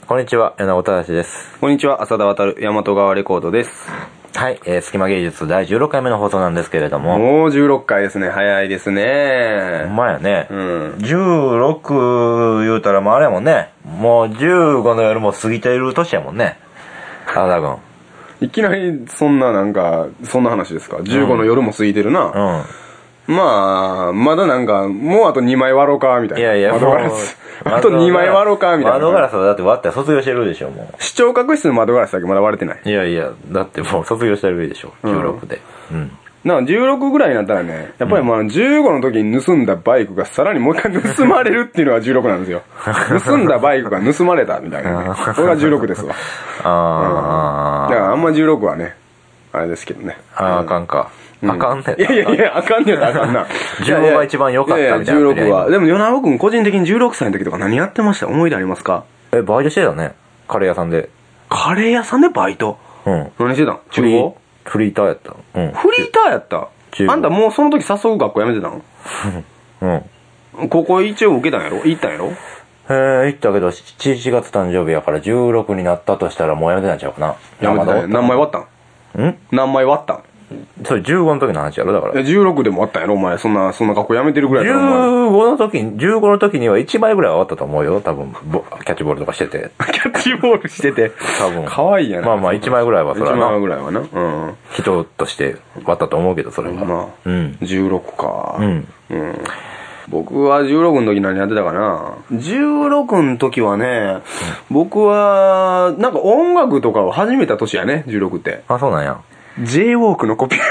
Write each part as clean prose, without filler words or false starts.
こんにちは、米子正です。 こんにちは、浅田渡る、大和川レコードです。 はい、隙間芸術第16回目の放送なんですけれども。 もう16回ですね、早いですね。 ほんまやね。 うん。 16言うたらもうあれやもんね。もう15の夜も過ぎている年やもんね。浅田君。 いきなり、そんな話ですか。15の夜も過ぎてるな。まあ、まだもうあと2枚割ろうか、みたいな。 いやいや、 窓ガラス。あと2枚割ろうか、みたいな。 窓ガラスはだって割って卒業してるでしょ、もう。 視聴覚室の窓ガラスだけまだ割れてない。 いやいや、だってもう卒業してるでしょ、16で。 16ぐらいになったらね、やっぱり15の時に盗んだバイクがさらにもう一回盗まれるっていうのが16なんですよ。盗んだバイクが盗まれたみたいな、ね。それが16ですわ。だからあんま16はね、あれですけどね。 あかんか。あかんね。 いや、あかんねやったらあかんな。 15が一番良かったみたいな。 16は。でも、米子くん個人的に16歳の時とか何やってました？思い出ありますか？ バイトしてたね。カレー屋さんで。 カレー屋さんでバイト？ うん。 何してたん？ フリーターやった。 うん。フリーターやった？あんたもうその時早速学校辞めてたの？うん。高校一応受けたんやろ？行ったんやろ？ 行ったけど、7月誕生日やから16になったとしたらもう辞めてないんちゃうかな。 辞めてない。何枚割ったん？何枚割ったん？ それ15の時の話やろだから。 16でもあったんやろお前。そんな学校辞めてるぐらいだろ 15の時には1枚ぐらいは終わったと思うよ。多分、キャッチボールとかしてて。 キャッチボールしてて。 多分。 かわいいやな。 まあ1枚ぐらいはそれはな。 1枚ぐらいはな。うん。 人として割ったと思うけど、それは。 まあ、16か。 うん。 僕は16の時何やってたかな。16の時はね、僕は、音楽とかを始めた年やね、16って。 あ、そうなんや。 J-Walk のコピーを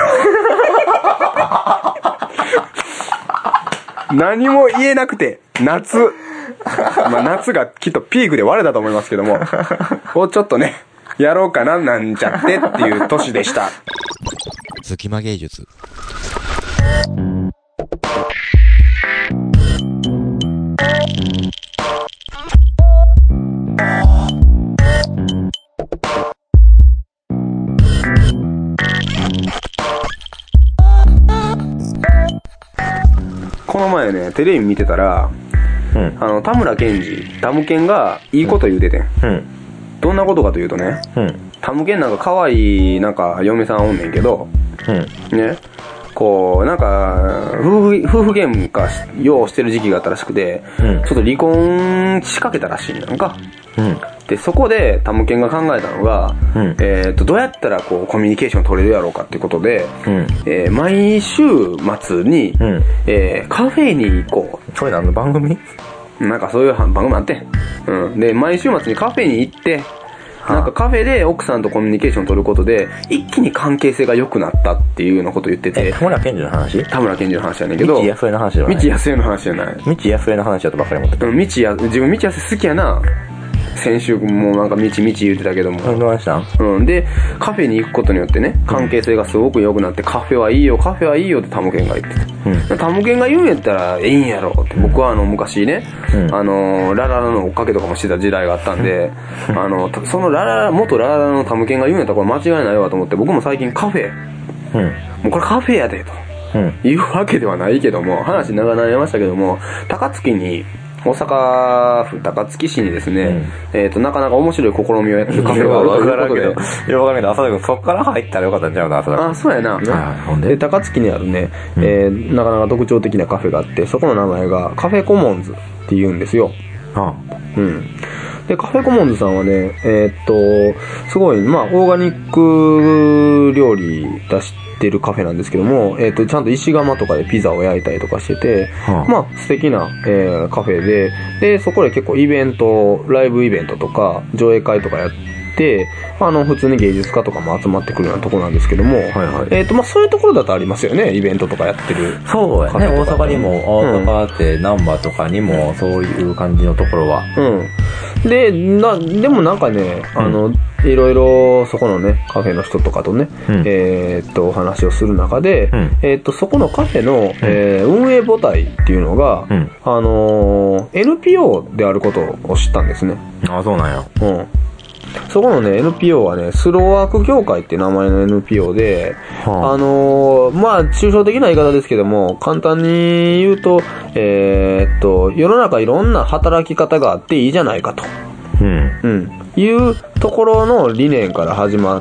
何も言えなくて、夏がきっとピークで割れたと思いますけども、をちょっとね、やろうかななんちゃってっていう年でした。 隙間芸術。 この前ね、テレビ見てたら、田村健二、タムケンがいいこと言うててん。どんなことかというとね、タムケン可愛い嫁さんおんねんけど、ね、こう夫婦喧嘩ようしてる時期があったらしくて、ちょっと離婚仕掛けたらしいんやんか。で、そこでタムケンが考えたのが、どうやったらこうコミュニケーション取れるやろうかっていうことで、毎週末に、カフェに行こう。 それ何の番組？ そういう番組あってん。で、毎週末にカフェに行って、カフェで奥さんとコミュニケーション取ることで、一気に関係性が良くなったっていうようなことを言ってて。 田村健二の話？ 田村健二の話やねんけど。 道安江の話じゃない？ 道安江の話じゃない。 道安江の話やとばっかり思ってた。 自分道安江好きやな。先週も道言ってたけども。 どうしたん？ で、カフェに行くことによってね、関係性がすごく良くなって、カフェはいいよってタムケンが言ってて。タムケンが言うんやったらいいんやろって。僕は昔ね、ラララの追っかけとかもしてた時代があったんで、その元ラララのタムケンが言うんやったらこれ間違いないわと思って、僕も最近カフェ、もうこれカフェやでと。言うわけではないけども、話長なりましたけども、高槻に、大阪府高槻市にですね、なかなか面白い試みをやってるカフェがあるということで。 わからんけど、浅田君そっから入ったらよかったんちゃうか、浅田君。 あ、そうやな。 ほんで高槻にあるね、なかなか特徴的なカフェがあって、そこの名前がカフェコモンズって言うんですよ。で、カフェコモンズさんはね、すごい、オーガニック料理出してるカフェなんですけども、ちゃんと石窯とかでピザを焼いたりとかしてて、素敵な、カフェで、そこで結構ライブイベントとか、上映会とかやって、普通に芸術家とかも集まってくるようなところなんですけども、そういうところだとありますよね、イベントとかやってる。 そうやね、大阪にも、大阪って難波とかにも、そういう感じのところは。 でもいろいろそこのね、カフェの人とかとね、お話をする中で、そこのカフェの、運営母体っていうのが、NPO であることを知ったんですね。 あ、そうなんや。 そこのね、NPO はね、スローワーク協会っていう名前の NPO で、抽象的な言い方ですけども、簡単に言うと、世の中いろんな働き方があっていいじゃないかと。 いうところの理念から始まって、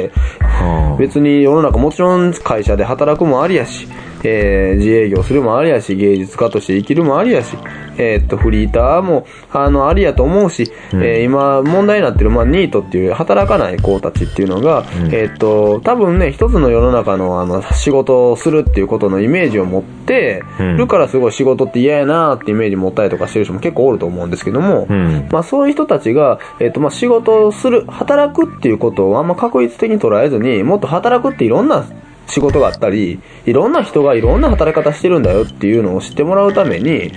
別に世の中もちろん会社で働くもありやし、自営業するもありやし、芸術家として生きるもありやし、フリーターも、ありやと思うし、今問題になってる、ニートっていう働かない子たちっていうのが、多分ね、一つの世の中の仕事をするっていうことのイメージを持ってるからすごい仕事って嫌やなーってイメージ持ったりとかしてる人も結構おると思うんですけども、そういう人たちが、仕事をする、働くっていうことをあんま確率的に捉えずに、もっと働くっていろんな仕事があったり、いろんな人がいろんな働き方してるんだよっていうのを知ってもらうために、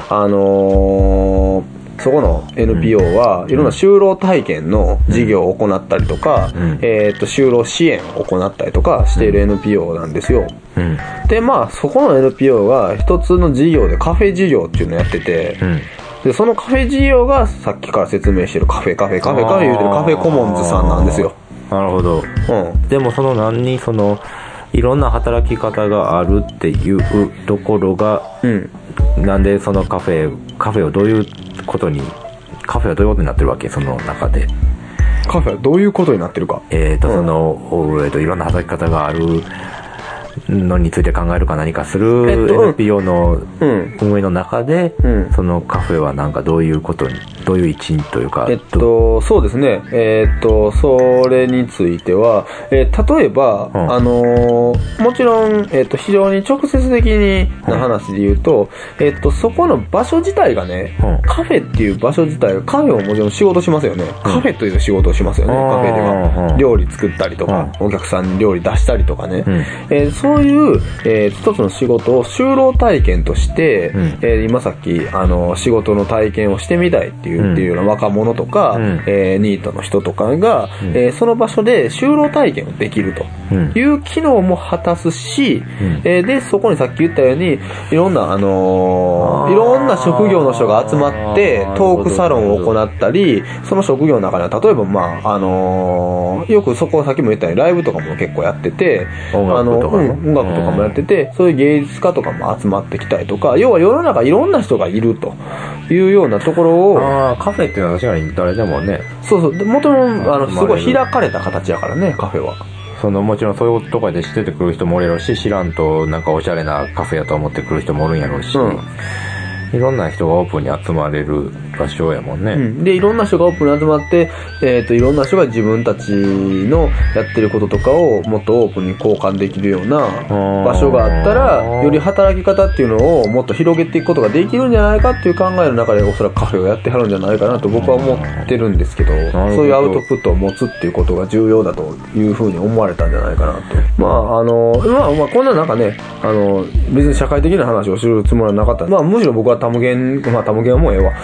そこの NPO はいろんな就労体験の事業を行ったりとか、就労支援を行ったりとかしている NPO なんですよ。で、そこの NPO が一つの事業でカフェ事業っていうのをやってて、で、そのカフェ事業がさっきから説明してるカフェ言うてるカフェコモンズさんなんですよ。 なるほど。でもいろんな働き方があるっていうところが、なんでそのカフェはどういうことになってるわけ？その中で。 カフェはどういうことになってるか。 いろんな働き方があるのについて考えるか何かする NPO の運営の中で、そのカフェはなんかどういう一員というか。 そうですね。それについては、例えば、もちろん、非常に直接的な話で言うと、そこの場所自体がね、カフェっていう場所自体が、カフェをもちろん仕事しますよね。カフェという仕事をしますよね。カフェでは。料理作ったりとか、お客さんに料理出したりとかね。そういう、一つの仕事を就労体験として、今さっき、仕事の体験をしてみたいっていうような若者とか、ニートの人とかが、その場所で就労体験をできるという機能も果たすし、で、そこにさっき言ったように、いろんな職業の人が集まって、トークサロンを行ったり、その職業の中では、例えばよくそこさっきも言ったように、ライブとかも結構やってて、音楽とかもやってて、そういう芸術家とかも集まってきたりとか、要は世の中いろんな人がいるというようなところを、 カフェっていうのは確かに誰でもね。 そう。もちろん、すごい開かれた形やからね、カフェは。 もちろんそういうとこで知っててくる人もおるやろうし、知らんとなんかおしゃれなカフェやと思ってくる人もおるんやろうし、いろんな人がオープンに集まれる場所やもんね。 で、いろんな人がオープンに集まって、いろんな人が自分たちのやってることとかをもっとオープンに交換できるような場所があったら、より働き方っていうのをもっと広げていくことができるんじゃないかっていう考えの中でおそらくカフェをやってはるんじゃないかなと僕は思ってるんですけど、そういうアウトプットを持つっていうことが重要だというふうに思われたんじゃないかなと。こんななんかね、別に社会的な話をするつもりはなかった。むしろ僕はタムゲンはもうええわ。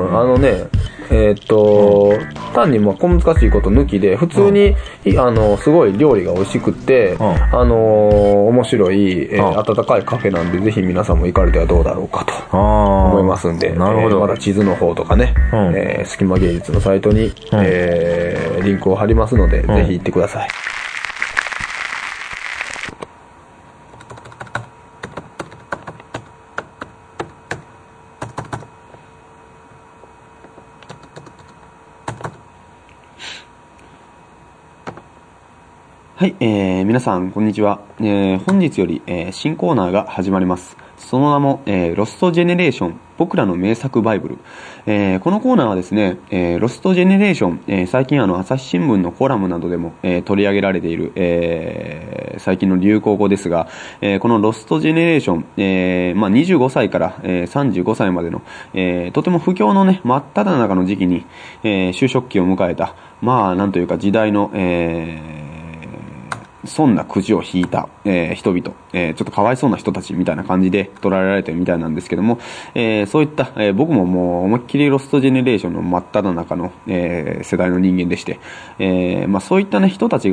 単に小難しいこと抜きで、普通に、すごい料理が美味しくって、面白い、温かいカフェなんで、ぜひ皆さんも行かれてはどうだろうかと思いますんで、 なるほど。 まだ地図の方とかね、隙間芸術のサイトに、リンクを貼りますので、ぜひ行ってください。 はい、皆さんこんにちは。本日より、新コーナーが始まります。その名も、ロストジェネレーション僕らの名作バイブル。このコーナーはですね、ロストジェネレーション、最近朝日新聞のコラムなどでも、取り上げられている、最近の流行語ですが、このロストジェネレーション、25歳から、35歳までの、とても不況のね、真っ只中の時期に、就職期を迎えた、なんというか時代の、そんなくじを引いた、人々、ちょっとかわいそうな人たちみたいな感じで捉えられてるみたいなんですけども、そういった、僕ももう思いっきりロストジェネレーションの真っ只中の、世代の人間でして、そういったね人たちが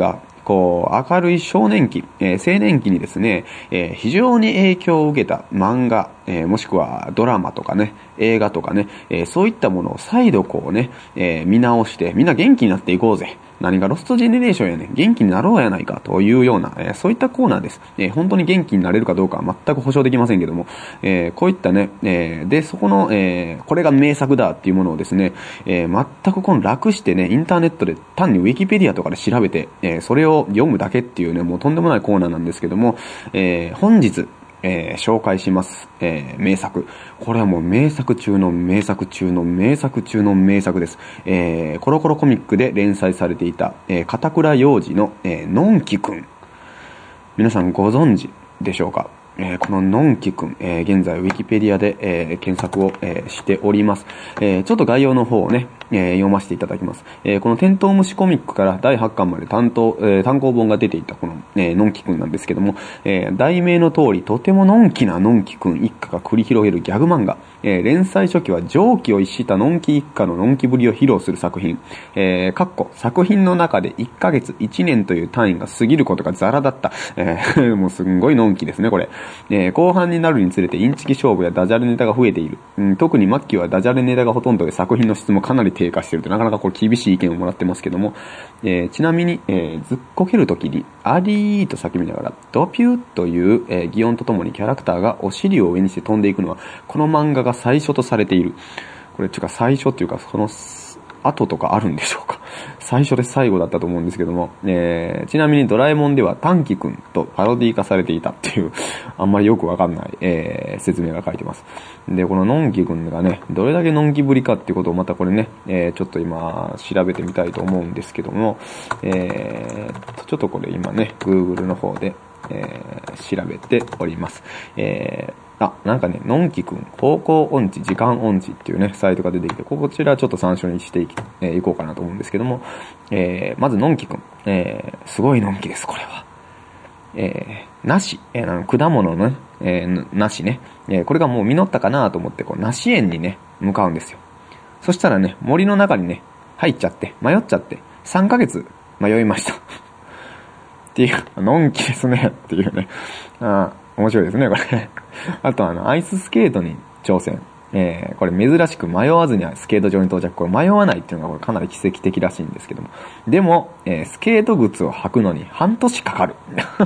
こう、明るい少年期、青年期にですね、非常に影響を受けた漫画、もしくはドラマとかね、映画とかね、そういったものを再度こうね、見直して、みんな元気になっていこうぜ。何がロストジェネレーションやねん。元気になろうやないかというような、そういったコーナーです。本当に元気になれるかどうかは全く保証できませんけども、こういったね、で、そこの、これが名作だっていうものをですね、全くこの楽してね、インターネットで単にウィキペディアとかで調べて、それを読むだけっていうね、もうとんでもないコーナーなんですけども、本日、紹介します、名作。これはもう名作中の名作中の名作中の名作です。コロコロコミックで連載されていた、片倉洋二の、のんきくん。皆さんご存知でしょうか？こののんきくん、現在ウィキペディアで、検索を、しております。ちょっと概要の方をね、読ませていただきます。このテントウムシコミックから第8巻まで単行本が出ていたこの、のんきくんなんですけども、題名の通りとてものんきなのんきくん一家が繰り広げるギャグ漫画。連載初期は常軌を逸したのんき一家ののんきぶりを披露する作品。作品の中で1ヶ月1年という単位が過ぎることがザラだった。もうすんごいのんきですね、これ。後半になるにつれてインチキ勝負やダジャレネタが増えている。特に末期はダジャレネタがほとんどで作品の質もかなり低下していると、なかなかこれ厳しい意見をもらってますけども、ちなみに、ずっこけるときにアリーと叫びながらドピューという、擬音とともにキャラクターがお尻を上にして飛んでいくのはこの漫画が最初とされている。これ最初っていうかその後とかあるんでしょうか。最初で最後だったと思うんですけども、ちなみにドラえもんでは短期くんとパロディ化されていたっていうあんまりよくわかんない、説明が書いてます。で、こののんきくんがね、どれだけのんきぶりかっていうことをまたこれね、ちょっと今調べてみたいと思うんですけども、ちょっとこれ今ね、Google の方で、調べております。なんかね、のんきくん、方向音痴、時間音痴っていうね、サイトが出てきて、こちらちょっと参照にしていこうかなと思うんですけども、まずのんきくん、すごいのんきです、これは。梨、果物のね、梨ね、これがもう実ったかなと思って、こう、梨園にね、向かうんですよ。そしたらね、森の中にね、入っちゃって、迷っちゃって、3ヶ月迷いました。っていう、のんきですね、っていうね。面白いですね、これ。あとアイススケートに挑戦。これ珍しく迷わずにスケート場に到着。これ迷わないっていうのがこれかなり奇跡的らしいんですけども。でも、スケート靴を履くのに半年かかる。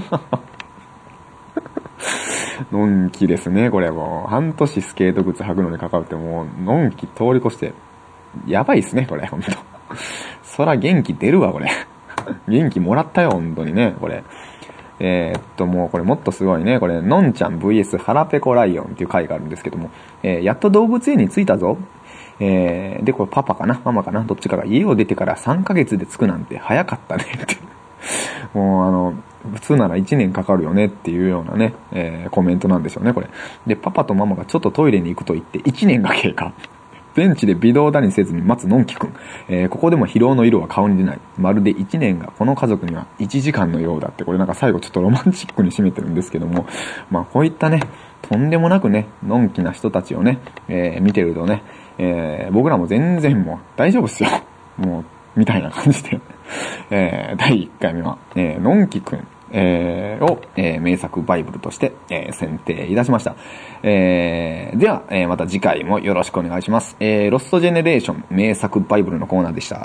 のんきですね、これもう。半年スケート靴履くのにかかるってもう、のんき通り越して、やばいですね、これ、ほんと。そら元気出るわ、これ。元気もらったよ、ほんとにね、これ。もうこれもっとすごいね。これ、のんちゃん VS 腹ペコライオンっていう回があるんですけども、やっと動物園に着いたぞ。で、これパパかなママかなどっちかが家を出てから3ヶ月で着くなんて早かったねって。もう普通なら1年かかるよねっていうようなね、コメントなんでしょうね、これ。で、パパとママがちょっとトイレに行くと言って1年が経過。ベンチで微動だにせずに待つのんきくん。ここでも疲労の色は顔に出ない。まるで1年がこの家族には1時間のようだって、これなんか最後ちょっとロマンチックに締めてるんですけども、まあこういったね、とんでもなくね、のんきな人たちをね、見てるとね、僕らも全然もう大丈夫っすよ。もう、みたいな感じで、第1回目は、のんきくん。を、名作バイブルとして、選定いたしました。では、また次回もよろしくお願いします。ロストジェネレーション名作バイブルのコーナーでした。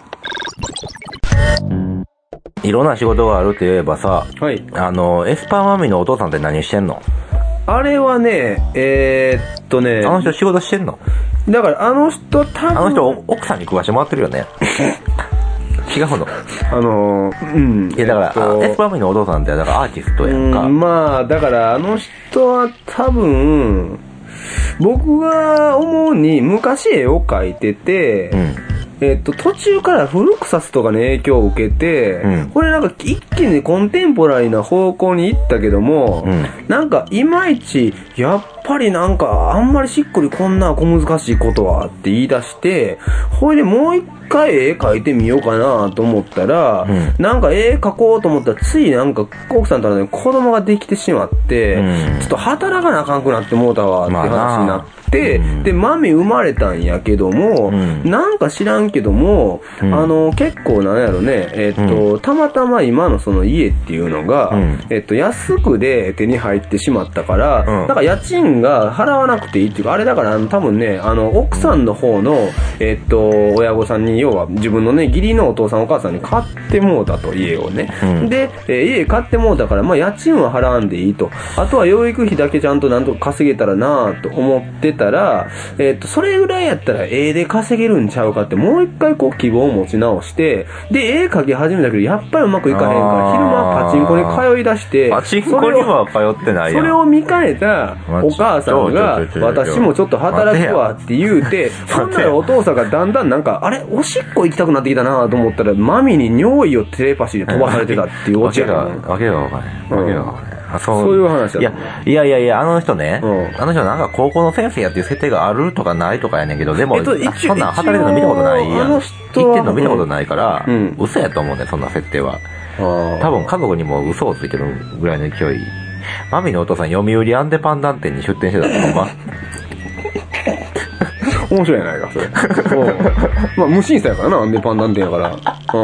いろんな仕事があるって言えばさ、はい、エスパーマミのお父さんって何してんの？ あれはね、 あの人仕事してんの？ だからあの人多分、 あの人奥さんに食わしてもらってるよね。違うの。いやだから、エスパーマミのお父さんってだからアーティストやんか。 まあ、だからあの人は多分、僕が思うに昔絵を描いてて、途中からフルクサスとかの影響を受けて、これなんか一気にコンテンポラリーな方向に行ったけども、なんかいまいち、やっぱりなんか、あんまりしっくりこんな小難しいことはって言い出して、ほいでもう一回絵描いてみようかなと思ったら、なんか絵描こうと思ったら、ついなんか、奥さんとね、子供ができてしまって、ちょっと働かなあかんくなってもうたわって話になって、で、マミ生まれたんやけども、なんか知らんけども、結構なんやろね、たまたま今のその家っていうのが、安くで手に入ってしまったから、なんか家賃が払わなくていいっていうか、あれだから多分ね、奥さんの方の、親御さんに、要は自分のね、義理のお父さんお母さんに買ってもうたと、家をね。で、家買ってもうたから、まあ家賃は払わんでいいと。あとは養育費だけちゃんとなんとか稼げたらなぁと思ってたら、それぐらいやったら絵で稼げるんちゃうかって、もう一回こう希望を持ち直して、で、絵描き始めたけど、やっぱりうまくいかへんから、昼間パチンコに通い出して、 パチンコには通ってないやん。 それを見かねたお母さんが、私もちょっと働くわって言うて、そんならお父さんがだんだんなんか、あれ、おしっこ行きたくなってきたなと思ったら、マミに尿意をテレパシーで飛ばされてたっていうオチやから。 わけがわかんない。わけがわかんない。 そういう話だ。 いや、あの人ね、あの人なんか高校の先生やっていう設定があるとかないとかやねんけど、でも、そんなん働いてるの見たことないやん。言ってんの見たことないから、嘘やと思うね、そんな設定は。多分家族にも嘘をついてるぐらいの勢い。マミのお父さん、読売アンデパンダン店に出店してたってほんま。 面白いやないか、それ。まあ、無審査やからな、アンデパンダン店やから。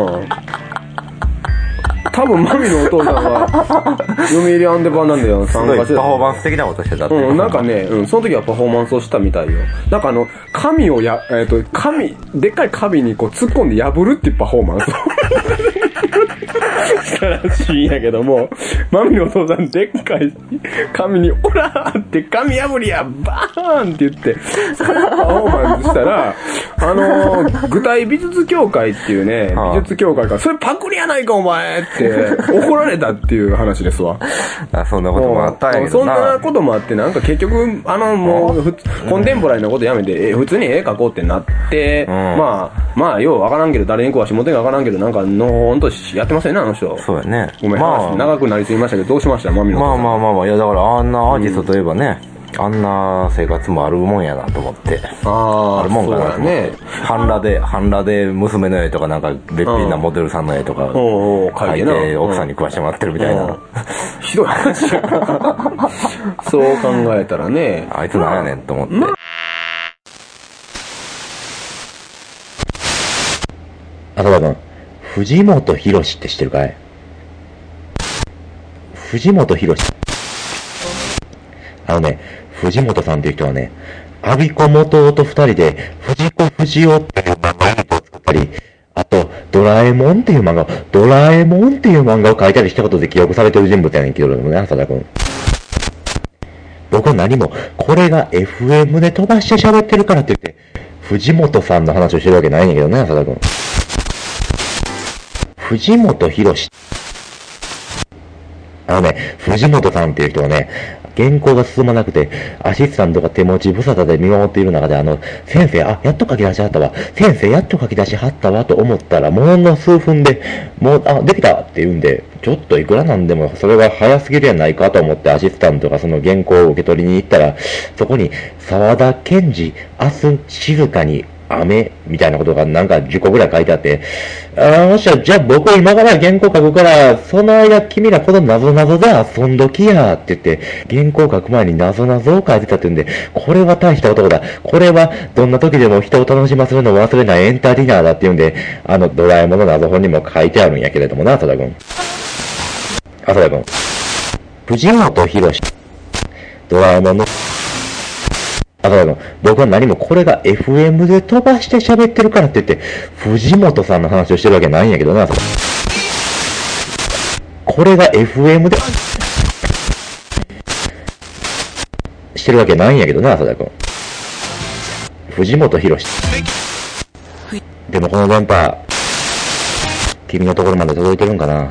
多分マミのお父さんは読売アンデパンダン店参加してた。 パフォーマンス的なことしてたって。 なんかね、その時はパフォーマンスをしたみたいよ。なんか紙をでっかい紙にこう突っ込んで破るっていうパフォーマンスをしたらしいんやけども、マミのお父さんでっかい紙に、オラーって紙破りやバーンって言って、パフォーマンスしたら、具体美術協会っていうね、美術協会から、それパクリやないかお前って怒られたっていう話ですわ。 そんなこともあったんやけどな。 そんなこともあって、なんか結局、もう、コンテンポラリーなことやめて、普通に絵描こうってなって、まあ、ようわからんけど、誰に詳しいもてがわからんけど、なんか、のほんとやってますよね、あの人。 そうやね。 ごめん、長くなりすぎましたけど、どうしましたマミの。 まあ、いや、だからあんなアーティストといえばね、あんな生活もあるもんやなと思って。あるもんかなと思って。半裸で娘の絵とかなんか、べっぴんなモデルさんの絵とか、描いて奥さんに食わしてもらってるみたいな。 ひどい話や。そう考えたらね。 あいつなんやねんと思って。 赤羽君、藤本弘って知ってるかい？藤本弘。藤本さんっていう人はね、アビコ元と二人で、藤子不二雄っていう漫画を作ったり、あと、ドラえもんっていう漫画を書いたりしたことで記憶されてる人物やねんけどね、浅田君。僕は何も、これが FM で飛ばして喋ってるからって言って、藤本さんの話をしてるわけないねんけどね、浅田君。藤本弘。藤本さんっていう人はね、原稿が進まなくて、アシスタントが手持ち無沙汰で見守っている中で、先生、やっと書き出しはったわ。先生、やっと書き出しはったわと思ったら、もの数分で、できたって言うんで、ちょっといくらなんでも、それは早すぎるやないかと思ってアシスタントがその原稿を受け取りに行ったら、そこに、沢田健二、明日静かに、雨みたいなことがなんか10個ぐらい書いてあって、よっしゃ、じゃあ僕は今から原稿書くから、その間君らこの謎々で遊んどきやって言って、原稿書く前に謎々を書いてたって言うんで、これは大した男だ。これはどんな時でも人を楽しませるのを忘れないエンターテイナーだって言うんで、ドラえもんの謎本にも書いてあるんやけれどもな、浅田君。藤本弘。ドラえもんの僕は何もこれが FM で飛ばして喋ってるからって言って、藤本さんの話をしてるわけないんやけどな、これが FM でしてるわけないんやけどな、浅田君。藤本弘。でもこの電波、君のところまで届いてるんかな。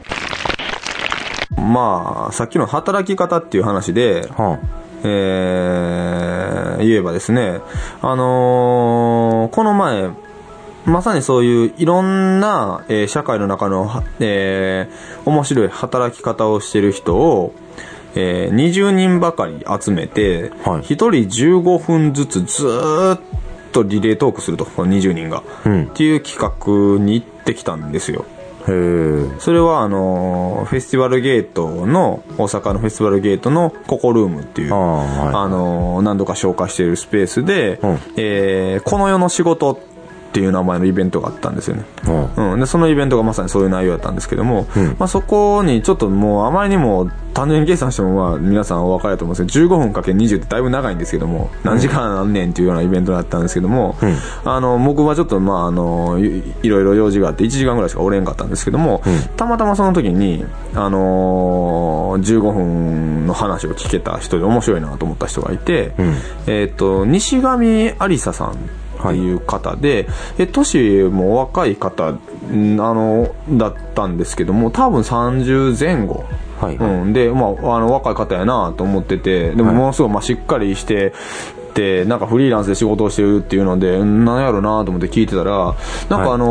まあ、さっきの働き方っていう話で、言えばですね、この前、まさにそういういろんな、社会の中の、面白い働き方をしてる人を、 20人ばかり集めて、はい、1人15分ずつずーっとリレートークすると、この20人が、っていう企画に行ってきたんですよ。それはフェスティバルゲートの、大阪のフェスティバルゲートのココルームっていう、はい、何度か紹介しているスペースで、この世の仕事っていう名前のイベントがあったんですよね。でそのイベントがまさにそういう内容だったんですけども、まあ、そこにちょっともうあまりにも単純に計算してもまあ皆さんお分かりだと思うんですけど、15分かけ20ってだいぶ長いんですけども、何時間あんねんっていうようなイベントだったんですけども、僕はちょっとまあいろいろ用事があって1時間ぐらいしかおれんかったんですけども、たまたまその時に15分の話を聞けた人で面白いなと思った人がいて、西上ありささんっていう方で、年も若い方だったんですけども、多分30前後、はいはい、で、まあ、若い方やなと思ってて、でもものすごいまあしっかりしてて、なんかフリーランスで仕事をしてるっていうので、なんやろなと思って聞いてたら、なんか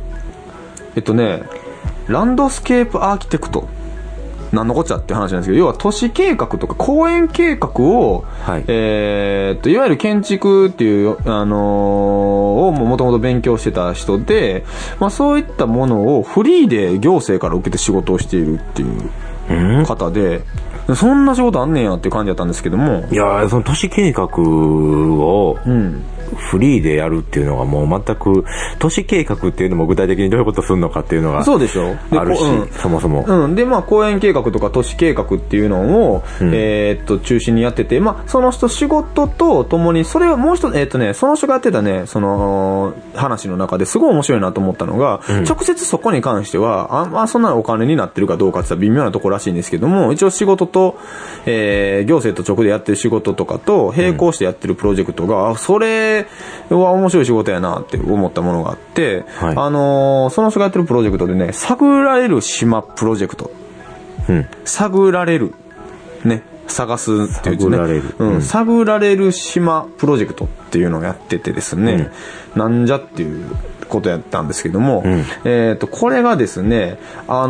ランドスケープアーキテクトなんのこっちゃっていう話なんですけど、要は都市計画とか公園計画を、はい、いわゆる建築っていう、をもともと勉強してた人で、まあそういったものをフリーで行政から受けて仕事をしているっていう方で、そんな仕事あんねんやっていう感じだったんですけども。いや、その都市計画を、フリーでやるっていうのがもう全く都市計画っていうのも具体的にどういうことするのかっていうのがそうでしょあるし、そもそも、 でまあ公園計画とか都市計画っていうのを、中心にやってて、まあその人仕事とともにそれはもう一つその人がやってたねその話の中ですごい面白いなと思ったのが、直接そこに関してはそんなお金になってるかどうかって微妙なところらしいんですけども、一応仕事と、行政と直でやってる仕事とかと並行してやってるプロジェクトが、それは面白い仕事やなって思ったものがあって、はい、その人がやってるプロジェクトでね、探られる島プロジェクト、探られるね、探すっていうね、探られる島プロジェクトっていうのをやっててですね、なんじゃっていうことやったんですけども、これがですね、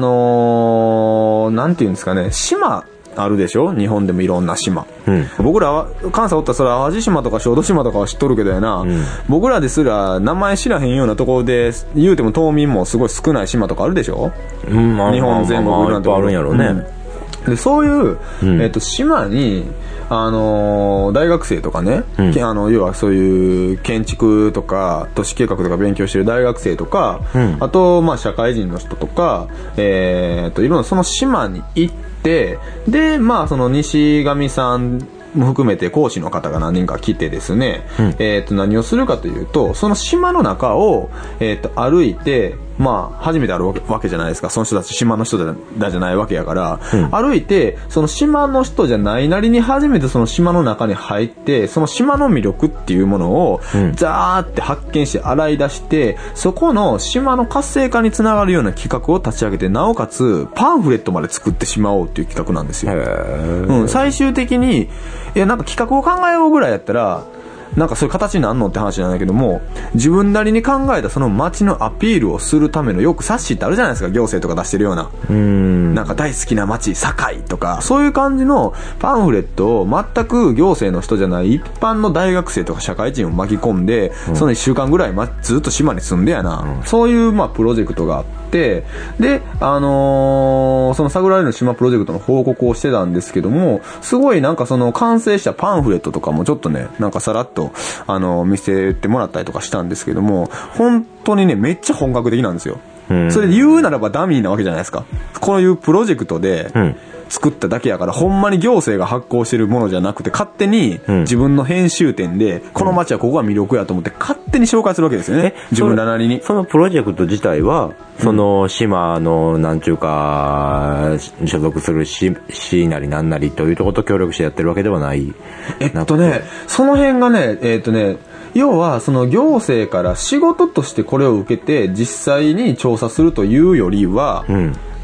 なんていうんですかね、島あるでしょ、日本でもいろんな島、僕らは関西おったらそれ淡路島とか小豆島とかは知っとるけどやな、僕らですら名前知らへんようなところで言うても島民もすごい少ない島とかあるでしょ、日本全国いろんなところあるんやろうね、でそういう、島に大学生とかね、要はそういう建築とか都市計画とか勉強してる大学生とか、あとまあ社会人の人とか、いろんなその島に行って、でまあその西上さんも含めて講師の方が何人か来てですね、何をするかというと、その島の中を、歩いて、まあ初めてあるわけじゃないですか、その人たち島の人だじゃないわけやから、歩いてその島の人じゃないなりに初めてその島の中に入って、その島の魅力っていうものをザーって発見して洗い出して、そこの島の活性化につながるような企画を立ち上げて、なおかつパンフレットまで作ってしまおうっていう企画なんですよ。最終的にいやなんか企画を考えようぐらいやったらなんかそういう形になるのって話なんだけども、自分なりに考えたその街のアピールをするためのよく冊子ってあるじゃないですか、行政とか出してるような、なんか大好きな街堺とかそういう感じのパンフレットを全く行政の人じゃない一般の大学生とか社会人を巻き込んで、その1週間ぐらいずっと島に住んでやな、そういうまあプロジェクトがあって、でその探られる島プロジェクトの報告をしてたんですけども、すごいなんかその完成したパンフレットとかもちょっとね、なんかさらっと見せてもらったりとかしたんですけども、本当にねめっちゃ本格的なんですよ。それで言うならばダミーなわけじゃないですか。こういうプロジェクトで作っただけやから、ほんまに行政が発行してるものじゃなくて、勝手に自分の編集点でこの街はここが魅力やと思って勝手に紹介するわけですよね、自分らなりに。 そのプロジェクト自体はその島のなんちゅうか所属する市なりなんなりというところと協力してやってるわけではない。 その辺がね要はその行政から仕事としてこれを受けて実際に調査するというよりは、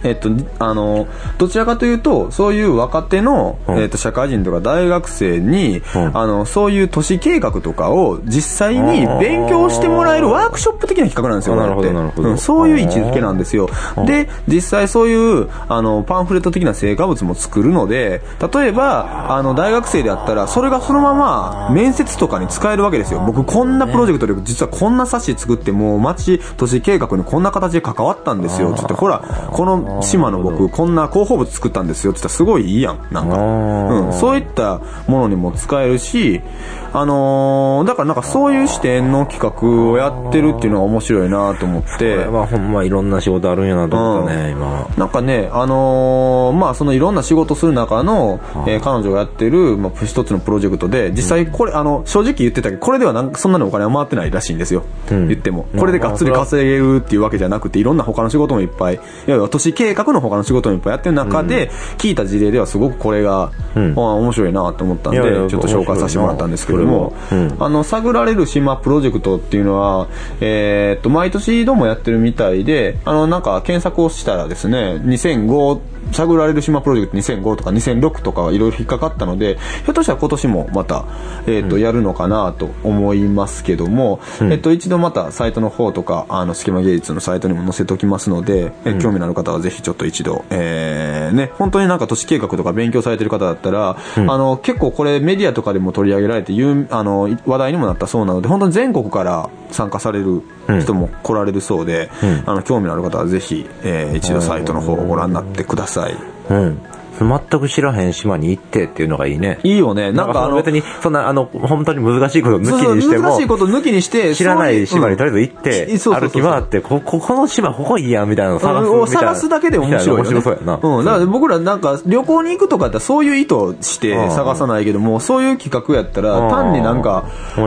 どちらかというと、そういう若手の、社会人とか大学生に、そういう都市計画とかを実際に勉強してもらえるワークショップ的な企画なんですよ、 なるほど、なるほど。 そういう位置づけなんですよ。で、実際そういう、パンフレット的な成果物も作るので、例えば、大学生であったら、それがそのまま面接とかに使えるわけですよ。僕、こんなプロジェクトで、実はこんな冊子作って、もう町、都市計画にこんな形で関わったんですよ。つって、ほら、この島の僕、こんな広報物作ったんですよ。つったら、すごいいいやん。なんか。そういったものにも使えるし、だからなんかそういう視点の企画をやってるっていうのが面白いなと思って。 まあほんまいろんな仕事あるんやなと思ったね、今。 なんかね、まあそのいろんな仕事する中の、彼女がやってる、まあ一つのプロジェクトで、実際これ、正直言ってたけど、これではそんなにお金は回ってないらしいんですよ。言っても。これでがっつり稼げるっていうわけじゃなくて、いろんな他の仕事もいっぱい、いわゆる都市計画の他の仕事もいっぱいやってる中で、聞いた事例ではすごくこれが、面白いなと思ったんで、ちょっと紹介させてもらったんですけども、探られる島プロジェクトっていうのは、毎年どうもやってるみたいで、なんか検索をしたらですね、2005、探られる島プロジェクト2005とか2006とかいろいろ引っかかったので、ひょっとしたら今年もまた、やるのかなと思いますけども、一度またサイトの方とか、スキマ芸術のサイトにも載せておきますので、興味のある方はぜひちょっと一度、ね、本当になんか都市計画とか勉強されてる方だったら、結構これメディアとかでも取り上げられて話題にもなったそうなので、本当に全国から参加される人も来られるそうで、興味のある方はぜひ、一度サイトの方をご覧になってください。 全く知らへん島に行ってっていうのがいいね。 いいよね。なんか別に、そんな本当に難しいこと抜きにしても。 難しいこと抜きにして、 知らない島にとりあえず行って、歩き回って、この島ここいいやんみたいなのを探すだけで面白いよね。 面白そうやな。 だから僕らなんか旅行に行くとかやったらそういう意図して探さないけども、そういう企画やったら単になんか、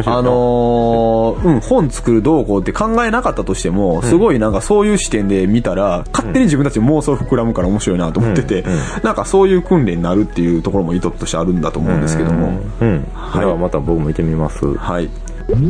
本作るどうこうって考えなかったとしても、すごいなんかそういう視点で見たら、勝手に自分たち妄想膨らむから面白いなと思ってて、なんかそういう訓練になるっていうところも意図としてあるんだと思うんですけども。 はい。ではまた僕も見てみます。 はい。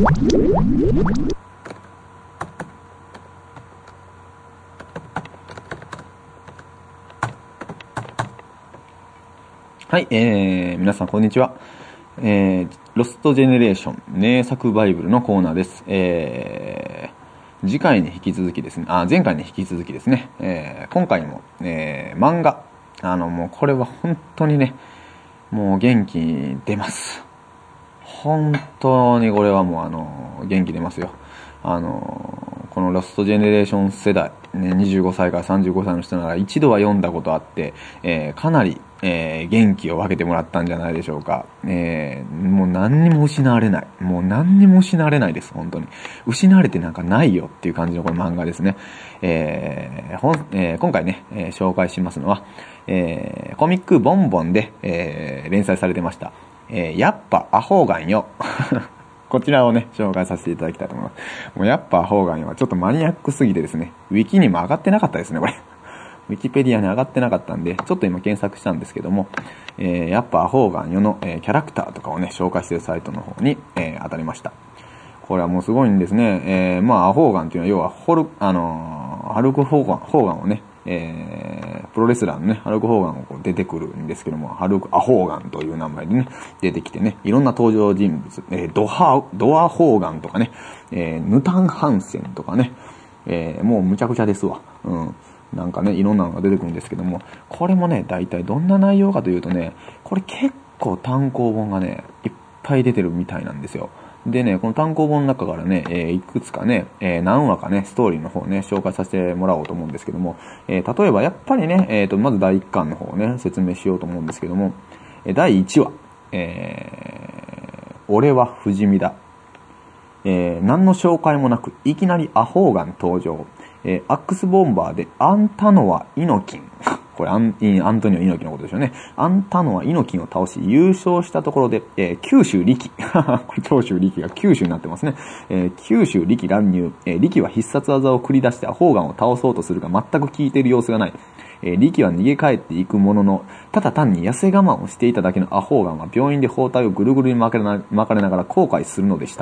はい、皆さんこんにちは。ロストジェネレーション名作バイブルのコーナーです。次回に引き続きですね、前回に引き続きですね、今回も、漫画、もうこれは本当にね、もう元気出ます。本当にこれはもう元気出ますよ。このロストジェネレーション世代、ね、25歳から35歳の人なら一度は読んだことあって、かなり、元気を分けてもらったんじゃないでしょうか。もう何にも失われない。もう何にも失われないです、本当に。失われてなんかないよっていう感じのこの漫画ですね。今回ね、紹介しますのは、コミックボンボンで、連載されてました。やっぱアホーガンよ。こちらをね、紹介させていただきたいと思います。もうやっぱアホーガンよはちょっとマニアックすぎてですね、ウィキにも上がってなかったですね、これ。ウィキペディアに上がってなかったんで、ちょっと今検索したんですけども、やっぱアホーガンよの、キャラクターとかをね、紹介しているサイトの方に、当たりました。これはもうすごいんですね。まあ、アホーガンっていうのは、要はハルク・ホーガンをね、プロレスラーのね、ハルク・ホーガンがこう出てくるんですけども、ハルク・アホーガンという名前でね、出てきてね、いろんな登場人物、ドア・ホーガンとかね、ヌタン・ハンセンとかね、もうむちゃくちゃですわ。なんかね、いろんなのが出てくるんですけども、これもね、大体どんな内容かというとね、これ結構単行本がね、いっぱい出てるみたいなんですよ。でね、この単行本の中からね、いくつかね、何話かね、ストーリーの方ね、紹介させてもらおうと思うんですけども、例えばやっぱりね、まず第1巻の方をね、説明しようと思うんですけども、第1話、俺は不死身だ。何の紹介もなく、いきなりアホーガン登場。アックスボンバーでアンタノア・イノキン。これアントニオ猪木のことでしょうね。アンタノア・猪木を倒し優勝したところで、九州力。これ長州力が九州になってますね。九州力乱入。力は必殺技を繰り出してアホーガンを倒そうとするが全く効いている様子がない。力は逃げ帰っていくものの、ただ単に痩せ我慢をしていただけのアホーガンは病院で包帯をぐるぐるに巻かれながら後悔するのでした。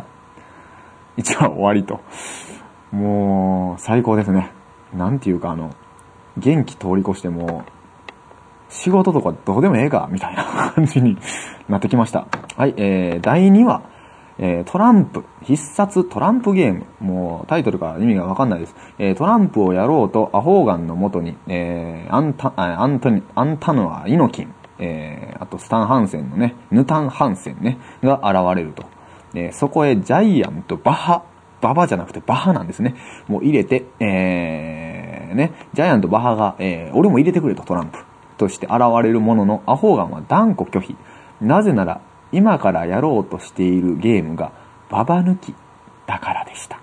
一話終わりと。もう、最高ですね。なんていうか元気通り越しても、仕事とかどうでもええかみたいな感じになってきました。はい、第2話、トランプ、必殺トランプゲーム。もうタイトルから意味がわかんないです。トランプをやろうとアホーガンの元に、アンタヌア・イノキン、あとスタン・ハンセンのね、ヌタン・ハンセンね、が現れると。そこへジャイアンとババじゃなくてバハなんですね。もう入れて、ね、ジャイアンとバハが、俺も入れてくれとトランプとして現れるものの、アホーガンは断固拒否。なぜなら、今からやろうとしているゲームがババ抜きだからでした。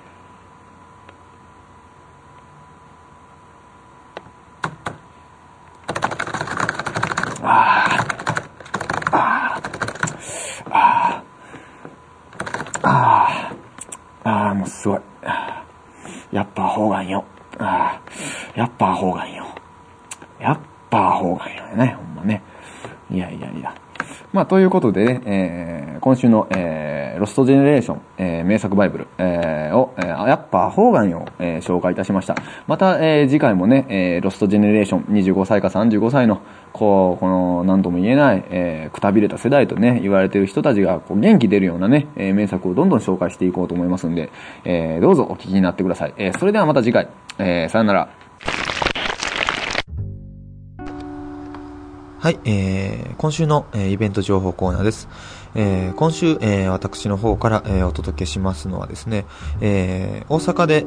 もうすごい。やっぱアホーガンよ。やっぱアホーガンよ。やっぱアホーガンよね、ほんまね。いや。まあ、ということでね、今週の、ロストジェネレーション、名作バイブル、を、やっぱアホーガンを、紹介いたしました。また、次回もね、ロストジェネレーション25歳か35歳の、この、なんとも言えない、くたびれた世代とね、言われている人たちが、元気出るようなね、名作をどんどん紹介していこうと思いますんで、どうぞお聞きになってください。それではまた次回、さよなら。 はい、今週の、イベント情報コーナーです。今週、私の方から、お届けしますのはですね、大阪で、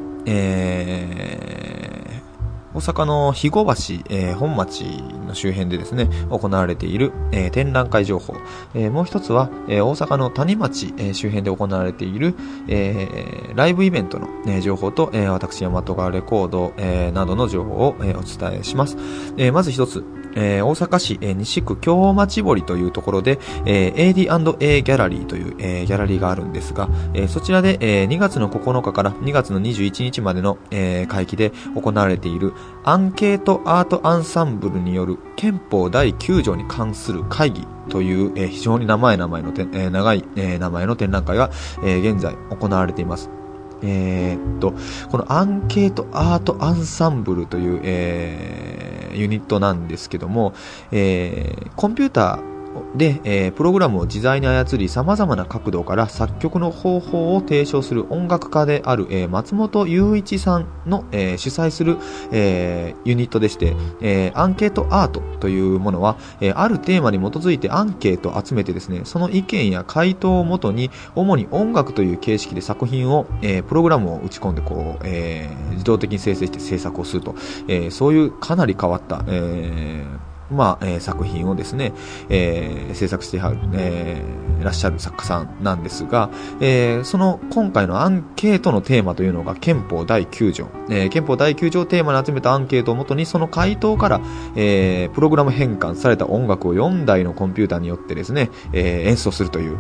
大阪の肥後橋、本町の周辺でですね、行われている、展覧会情報。もう一つは、大阪の谷町、周辺で行われている、ライブイベントの、情報と、私、大和川レコード、などの情報を、お伝えします。まず一つ、大阪市、西区京町堀というところで、AD&A ギャラリーという、ギャラリーがあるんですが、そちらで、2月の9日から2月の21日までの、会期で行われているアンケートアートアンサンブルによる憲法第9条に関する会議という、非常に長い名前の展覧会が、現在行われています。このアンケートアートアンサンブルという、ユニットなんですけども、コンピューターで、プログラムを自在に操り様々な角度から作曲の方法を提唱する音楽家である、松本雄一さんの、主催する、ユニットでして、アンケートアートというものは、あるテーマに基づいてアンケートを集めてですね、その意見や回答をもとに主に音楽という形式で作品を、プログラムを打ち込んでこう、自動的に生成して制作をすると、そういうかなり変わった、作品をですね、制作してらっしゃる作家さんなんですが、その今回のアンケートのテーマというのが憲法第9条、憲法第9条をテーマに集めたアンケートをもとにその回答から、プログラム変換された音楽を4台のコンピューターによってですね、演奏するという、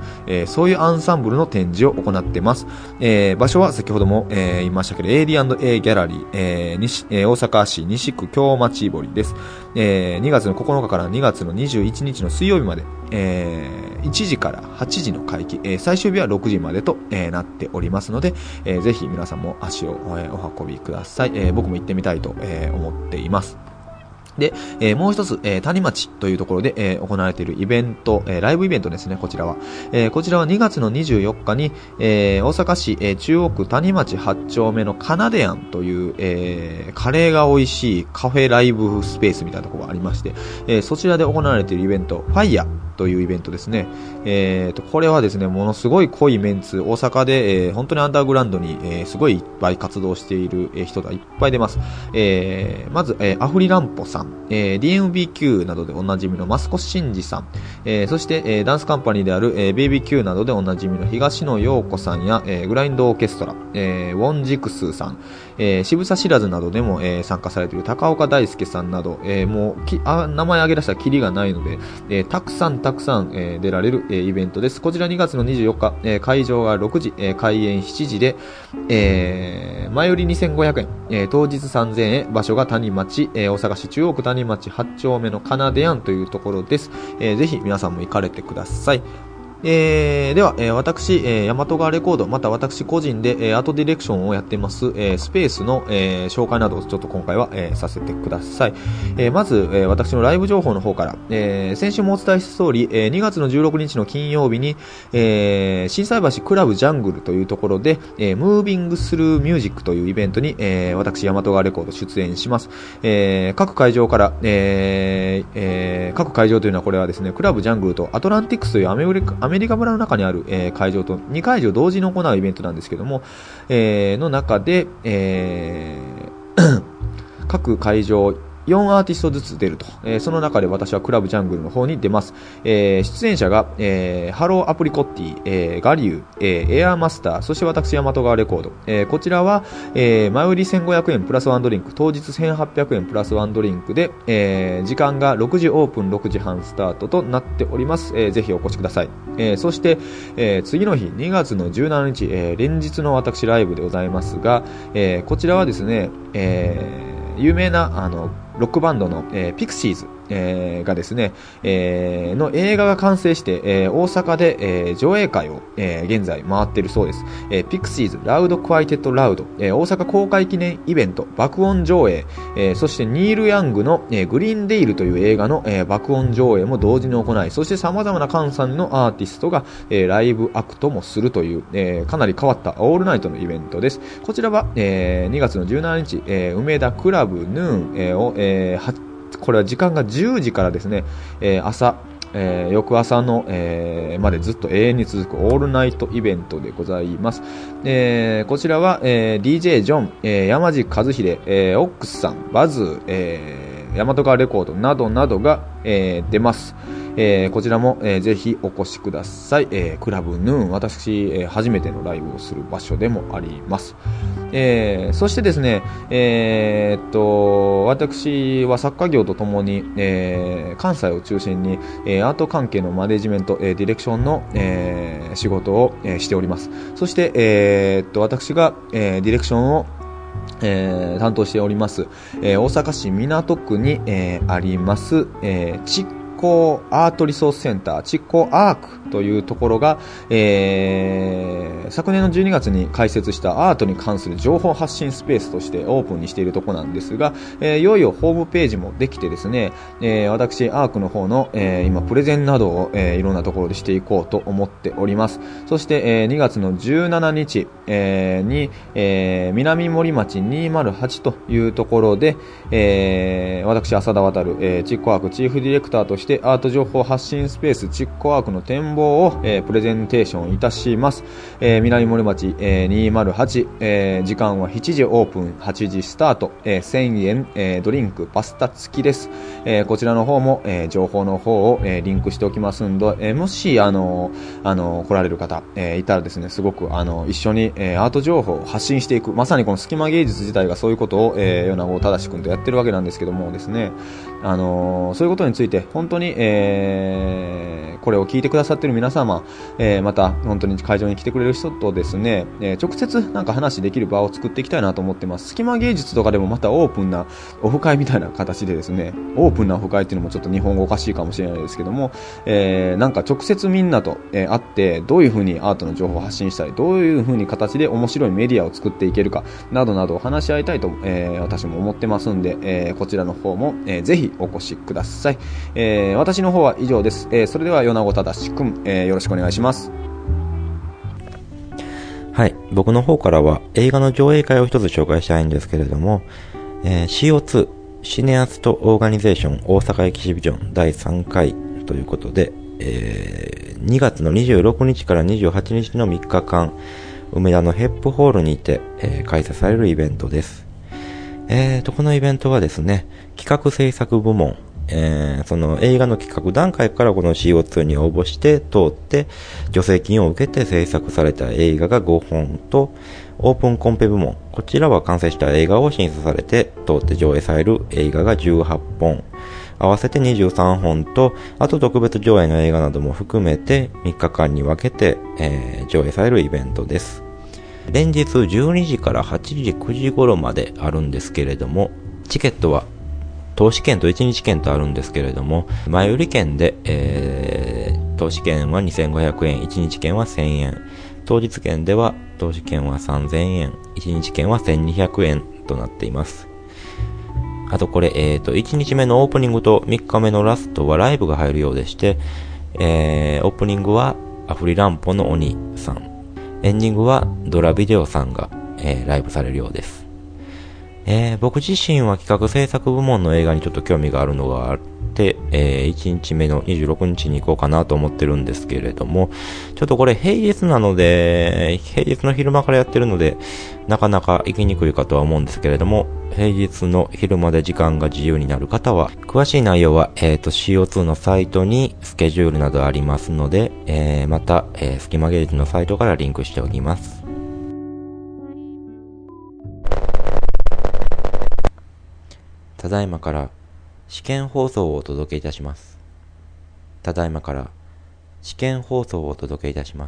そういうアンサンブルの展示を行っています。場所は先ほども、言いましたけど AD&A ギャラリー、大阪市西区京町堀です。2月の9日から2月の21日の水曜日まで、1時から8時の会期、最終日は6時までと、なっておりますので、ぜひ皆さんも足を、お運びください。僕も行ってみたいと、思っています。で、もう一つ、谷町というところで、行われているイベント、ライブイベントですね、こちらは。こちらは2月の24日に、大阪市、中央区谷町8丁目のカナデアンという、カレーが美味しいカフェライブスペースみたいなところがありまして、そちらで行われているイベント、ファイヤというイベントですね。これはですね、ものすごい濃いメンツ、大阪で、本当にアンダーグラウンドに、すごいいっぱい活動している、人がいっぱい出ます。まず、アフリランポさん、DMBQ などでおなじみのマスコシンジさん、そして、ダンスカンパニーである、BBQ などでおなじみの東野陽子さんや、グラインドオーケストラ、ウォンジクスーさん、渋沢知らずなどでも、参加されている高岡大輔さんなど、もう名前挙げ出したらキリがないので、たくさん、出られる、イベントです。こちら2月の24日、会場が6時、開演7時で、前売り2500円、当日3000円、場所が谷町、大阪市中央区谷町8丁目のカナデアンというところです。ぜひ皆さんも行かれてください。 では、私、大和川レコード、また私個人で、アートディレクションをやっています、スペースの、紹介などをちょっと今回は、させてください。まず、私のライブ情報の方から、先週もお伝えした通り、2月の16日の金曜日に、心斎橋クラブジャングルというところで、ムービングスルーミュージックというイベントに、私、大和川レコード出演します。各会場から、各会場というのはこれはですね、クラブジャングルとアトランティクスというアメリカ村の中にある、会場と2会場同時に行うイベントなんですけども、の中で、各会場4アーティストずつ出ると。その中で私はクラブジャングルの方に出ます。出演者が、ハローアプリコッティ、ガリュー、エアーマスター、そして私、大和川レコード。こちらは、前売り1500円プラスワンドリンク、当日1800円プラスワンドリンクで、時間が6時オープン、6時半スタートとなっております。ぜひお越しください。そして、次の日、2月の17日、連日の私ライブでございますが、こちらはですね、有名な、ロックバンドの、ピクシーズ、がですね、の映画が完成して、大阪で、上映会を、現在回っているそうです。ピクシーズラウドクワイテッドラウド、大阪公開記念イベント爆音上映、そしてニール・ヤングの、グリーンデイルという映画の、爆音上映も同時に行い、そして様々な関西のアーティストが、ライブアクトもするという、かなり変わったオールナイトのイベントです。こちらは、2月の17日、梅田クラブヌーン、を、これは時間が10時からですね、朝、翌朝の、までずっと永遠に続くオールナイトイベントでございます。こちらは、DJ ジョン、山地和秀、オックスさん、バズ、大和川レコードなどなどが、出ます。こちらも、ぜひお越しください。クラブヌーン、私、初めてのライブをする場所でもあります。そしてですね、私は作家業とともに、関西を中心に、アート関係のマネジメント、ディレクションの、仕事を、しております。そして、私が、ディレクションを担当しております、大阪市港区に、あります、築港アートリソースセンター、築港アークというところが、昨年の12月に開設したアートに関する情報発信スペースとしてオープンにしているところなんですが、いよいよホームページもできてですね、私アークの方の、今プレゼンなどを、いろんなところでしていこうと思っております。そして、2月の17日、に、南森町208というところで、私浅田渡、築港アークチーフディレクターとしてアート情報発信スペース築港アークの展望を、プレゼンテーションいたします。南森町、208、時間は7時オープン、8時スタート、1000円、ドリンクパスタ付きです。こちらの方も、情報の方を、リンクしておきますんで、もし来られる方、いたらですね、すごく一緒に、アート情報を発信していく、まさにこの隙間芸術自体がそういうことを、米子正君とやってるわけなんですけどもですね、そういうことについて本当に、これを聞いてくださっている皆様、また本当に会場に来てくれる人とですね、直接なんか話できる場を作っていきたいなと思ってます。隙間芸術とかでもまたオープンなオフ会みたいな形でですね、オープンなオフ会っていうのもちょっと日本語おかしいかもしれないですけども、なんか直接みんなと、会ってどういうふうにアートの情報を発信したり、どういうふうに形で面白いメディアを作っていけるかなどなどを話し合いたいと、私も思ってますんで、こちらの方も、ぜひお越しください。私の方は以上です。それでは米子正君、よろしくお願いします。 はい、僕の方からは映画の上映会を一つ紹介したいんですけれども、CO2 シネアストオーガニゼーション大阪エキシビジョン第3回ということで、2月の26日から28日の3日間梅田のヘップホールにて、開催されるイベントです。このイベントはですね、企画制作部門、その映画の企画段階からこの CO2 に応募して通って助成金を受けて制作された映画が5本と、オープンコンペ部門、こちらは完成した映画を審査されて通って上映される映画が18本、合わせて23本と、あと特別上映の映画なども含めて3日間に分けて、上映されるイベントです。連日12時から8時9時頃まであるんですけれども、チケットは当日券と1日券とあるんですけれども、前売り券で、当投資券は2500円、1日券は1000円。当日券では投資券は3000円、1日券は1200円となっています。あとこれ、1日目のオープニングと3日目のラストはライブが入るようでして、オープニングはアフリランポの鬼さん、エンディングはドラビデオさんが、ライブされるようです。僕自身は企画制作部門の映画にちょっと興味があるのがあって、1日目の26日に行こうかなと思ってるんですけれども、ちょっとこれ平日なので、平日の昼間からやってるので、なかなか行きにくいかとは思うんですけれども、平日の昼間で時間が自由になる方は、詳しい内容は、CO2 のサイトにスケジュールなどありますので、また、スキマゲージのサイトからリンクしておきます。ただいまから試験放送をお届けいたします。ただいまから試験放送をお届けいたします。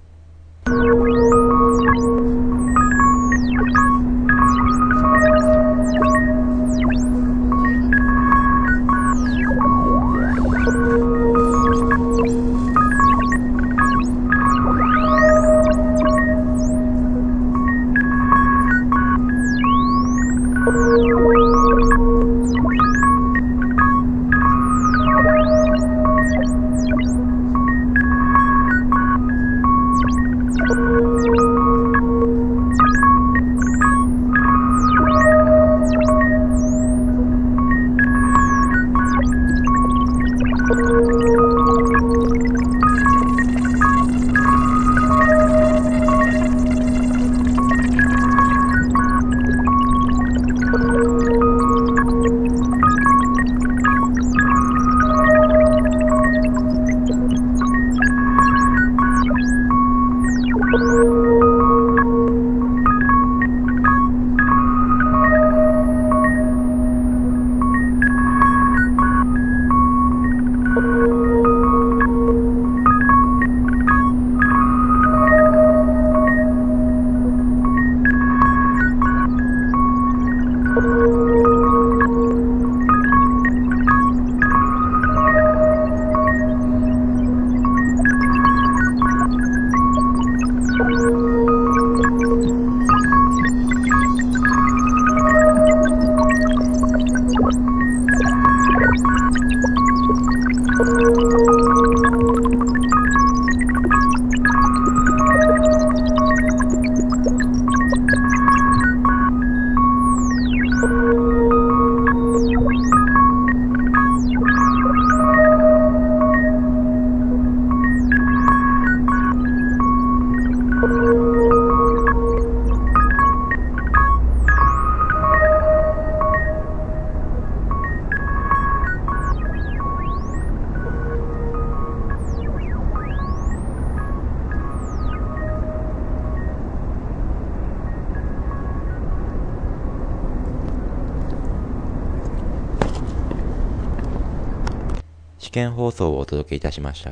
試験放送をお届けいたしました。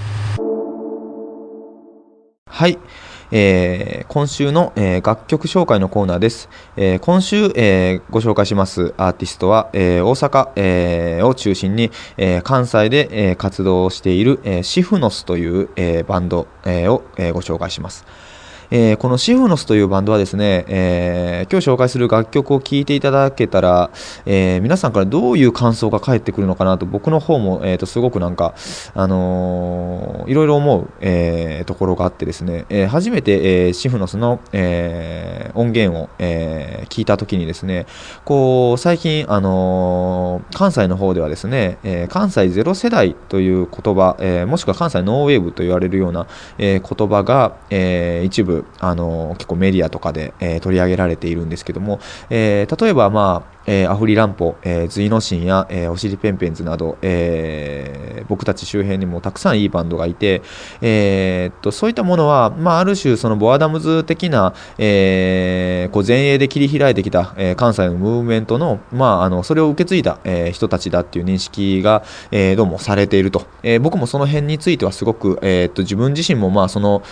はい、今週の、楽曲紹介のコーナーです。今週、ご紹介しますアーティストは、大阪、を中心に、関西で、活動している、シフノスという、バンド、を、ご紹介します。このシフノスというバンドはですね、今日紹介する楽曲を聴いていただけたら、皆さんからどういう感想が返ってくるのかなと僕の方も、すごくなんか、いろいろ思う、ところがあってですね、初めて、シフノスの、音源を、聞いたときにですね、こう最近、関西の方ではですね、関西ゼロ世代という言葉、もしくは関西ノーウェーブと言われるような、言葉が、一部結構メディアとかで、取り上げられているんですけども、例えばアフリランポ、ズイノシンや、おしりペンペンズなど、僕たち周辺にもたくさんいいバンドがいて、そういったものは、ある種そのボアダムズ的な、こう前衛で切り開いてきた、関西のムーブメントの、それを受け継いだ、人たちだっていう認識が、どうもされていると、僕もその辺についてはすごく、自分自身もその、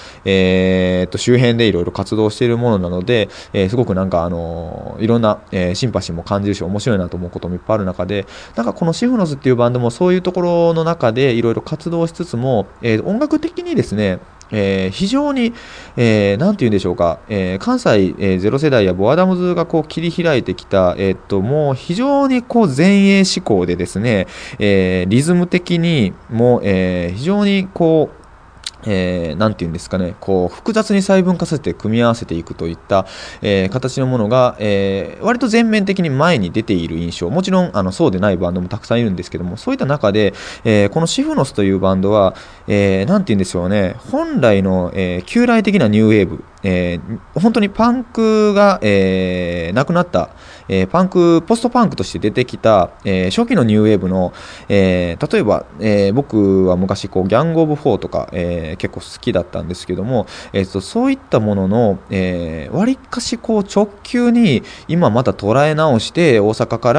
周辺でいろいろ活動しているものなので、すごくなんかいろんな、シンパシーも感感じるし面白いなと思うこともいっぱいある中で、なんかこのシフノスっていうバンドもそういうところの中でいろいろ活動しつつも、音楽的にですね、非常に、なんて言うんでしょうか、関西、ゼロ世代やボアダムズがこう切り開いてきた、もう非常にこう前衛志向でですね、リズム的にも、非常にこうなんていうんですかね、こう複雑に細分化させて組み合わせていくといった、形のものが、割と全面的に前に出ている印象、もちろんそうでないバンドもたくさんいるんですけども、そういった中で、このシフノスというバンドは、なんていうんでしょうね、本来の、旧来的なニューウェーブ、本当にパンクが、なくなった、ポストパンクとして出てきた、初期のニューウェーブの、例えば、僕は昔こうギャング・オブ・フォーとか、結構好きだったんですけども、そういったものの、割かしこう直球に今また捉え直して大阪から、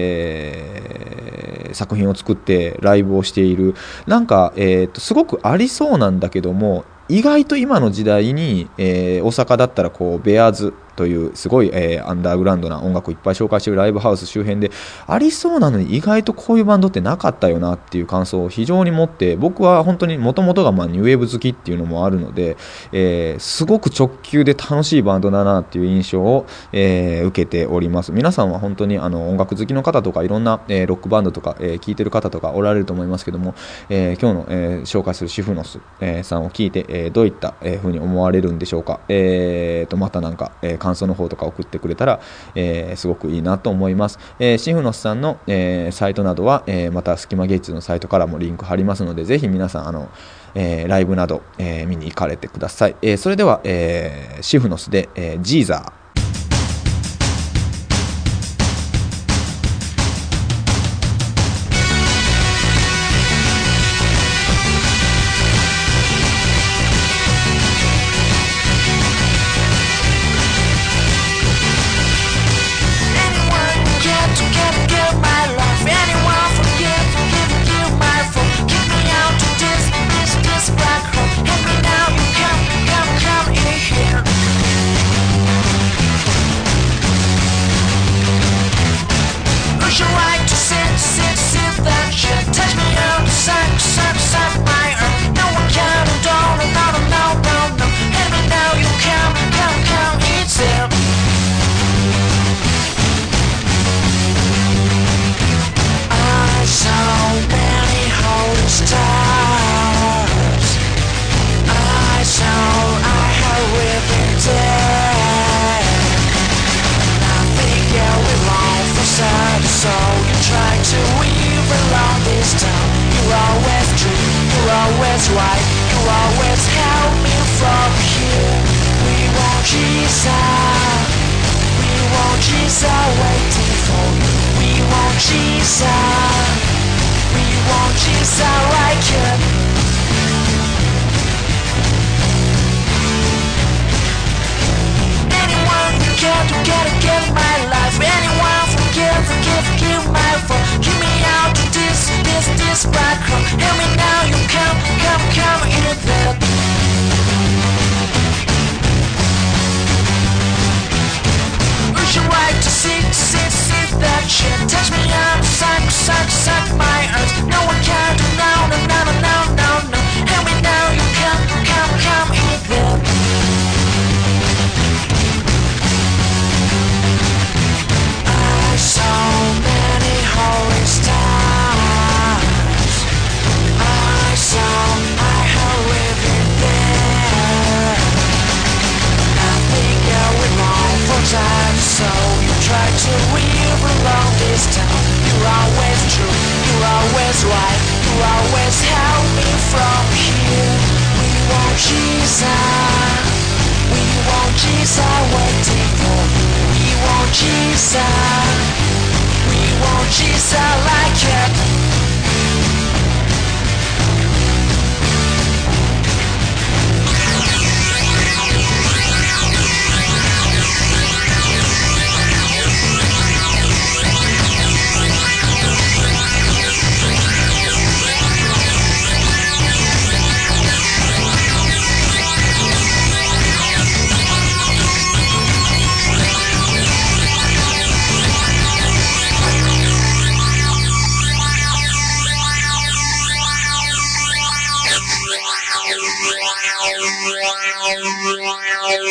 作品を作ってライブをしている、なんか、すごくありそうなんだけども、意外と今の時代に、大阪だったらこうベアーズというすごい、アンダーグラウンドな音楽をいっぱい紹介しているライブハウス周辺でありそうなのに、意外とこういうバンドってなかったよなっていう感想を非常に持って、僕は本当にもともとがニューウェーブ好きっていうのもあるので、すごく直球で楽しいバンドだなっていう印象を、受けております。皆さんは本当に音楽好きの方とかいろんな、ロックバンドとか、聴いてる方とかおられると思いますけども、今日の、紹介するシフノス、さんを聞いて、どういった風に思われるんでしょうか。またなんか、感想の方とか送ってくれたら、すごくいいなと思います。シフノスさんの、サイトなどは、またスキマゲイツのサイトからもリンク貼りますので、ぜひ皆さんライブなど、見に行かれてください。それでは、シフノスで、ジーザー。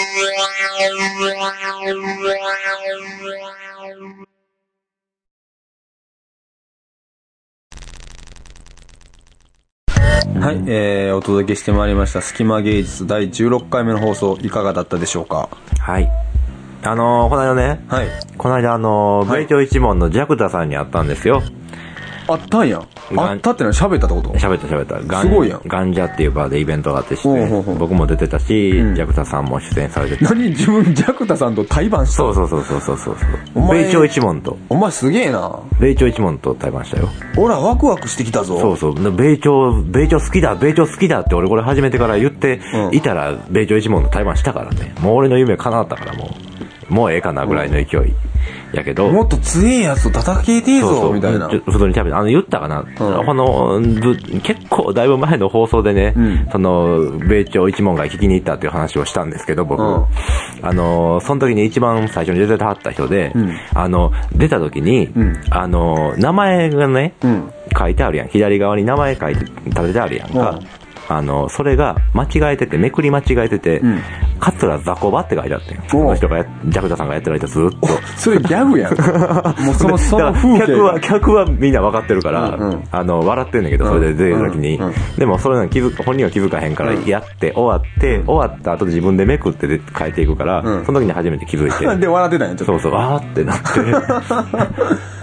はい、お届けしてまいりました隙間芸術第16回目の放送いかがだったでしょうか。 はい。この間ね、はい、この間米朝一門のジャクタさんに会ったんですよ。 あったんや。あったってのは喋ったってこと？ 喋った。 すごいやん。 ガンジャっていうバーでイベントがあってして、僕も出てたし、ジャクタさんも出演されてた。 何自分ジャクタさんと対バンしたの？ そう。米朝一門と。 お前すげえな。 米朝一門と対バンしたよ。 俺らワクワクしてきたぞ。 そう。米朝好きだって俺これ始めてから言っていたら、米朝一門と対バンしたからね。もう俺の夢叶ったからもうええかなぐらいの勢い。やけどもっと強えやつと叩けてえぞみたいな。 普通に喋って言ったかな、結構だいぶ前の放送でね、その米朝一門が聞きに行ったっていう話をしたんですけど、僕、その時に一番最初に出てはった人で、出た時に、名前がね、書いてあるやん。左側に名前書いて立ててあるやんか。それがめくり間違えてて、桂ザコバって書いてあってん。その人がジャクタさんがやってる間ずっと。 それギャグやん。もうその風景客はみんな分かってるから、笑ってんだけど、それで出る時に。でもそれ本人は気づかへんからやって終わった後で自分でめくって変えていくから、その時に初めて気づいて。 で、笑ってたんや、ちょっと。 そう、あーってなって。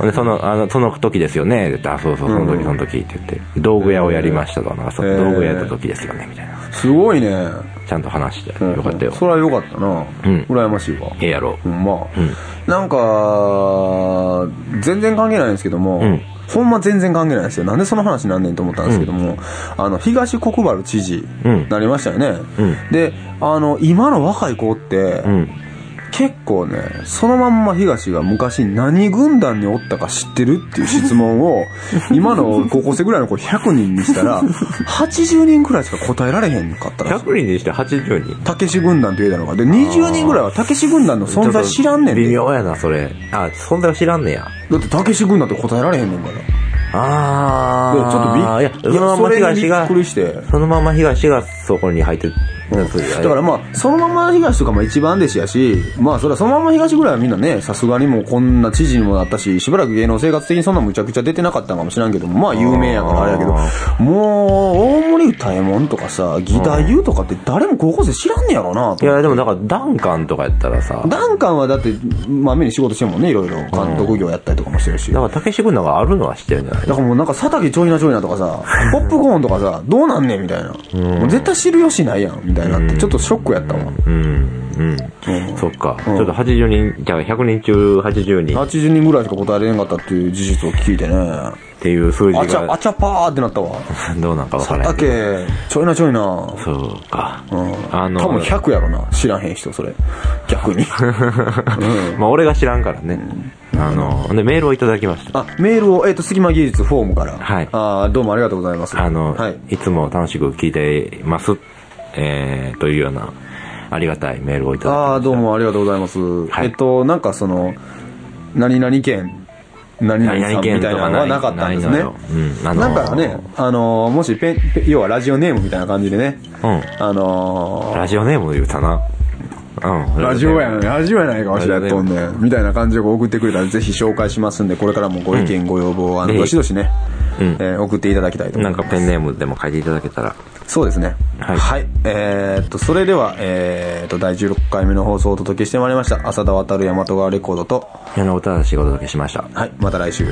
で、その時ですよね、って言って、そう、その時って言って、道具屋をやりましたと、道具屋やった時ですよね、みたいな。 すごいね。 ちゃんと話して、よかったよ。 それはよかったな。羨ましいわ。 ええやろ。 なんか、全然関係ないんですけども、ほんま全然関係ないんですよ。なんでその話なんねんと思ったんですけども、東国原知事、なりましたよね。で、今の若い子って、結構ね、そのまんま東が昔何軍団におったか知ってるっていう質問を、今の高校生ぐらいの子100人にしたら、80人ぐらいしか答えられへんかったらしい。 100人にして80人？ たけし軍団って言えたのか。で、20人ぐらいはたけし軍団の存在知らんねんで。 微妙やな、それ。存在は知らんねや。 だってたけし軍団って答えられへんねんから。 ちょっとそのまま東が、そのまま東がそこに入ってる。 だからそのまま東とかも一番弟子やし、それはそのまま東ぐらいはみんなね、さすがにもうこんな知事にもなったし、しばらく芸能生活的にそんなむちゃくちゃ出てなかったかもしれんけども、有名やからあれやけど、もう、大森歌右衛門とかさ、義太夫とかって誰も高校生知らんねやろな。 いや、でもだからダンカンとかやったらさ。 ダンカンはだって、まめに仕事してるもんね、いろいろ。監督業やったりとかもしてるし。 だから、たけし軍団があるのは知ってるんじゃない？ だからもうなんか、佐竹ちょいなちょいなとかさ、ポップコーンとかさ、どうなんねんみたいな。もう絶対知る由ないやん、みたいなって、ちょっとショックやったわ。 そっか。ちょっと80人、じゃあ100人中80人。 80人ぐらいしか答えれなかったっていう事実を聞いてね。 っていう数字が。 あちゃパーってなったわ。 どうなんか分からへん。佐竹、ちょいな。 そうか。 多分100やろな。知らへん人、それ。逆に。 俺が知らんからね。で、メールをいただきました。 メールを、隙間技術フォームから。 はい。 どうもありがとうございます。 いつも楽しく聞いています。というような、ありがたいメールをいただきました。 どうもありがとうございます。なんか何々県、何々さんみたいなのはなかったんですね。なんかね、もし要はラジオネームみたいな感じでね。 ラジオネーム言うたな。 ラジオやないかわしらやっとんねんみたいな感じで送ってくれたらぜひ紹介しますんで、これからもご意見ご要望どしどしね、送っていただきたいと思います。 なんかペンネームでも書いていただけたら。 そうですね。はい。それでは、第16回目の放送をお届けしてまいりました。浅田渡る大和川レコードと矢野歌しがお届けしました。 はい。また来週。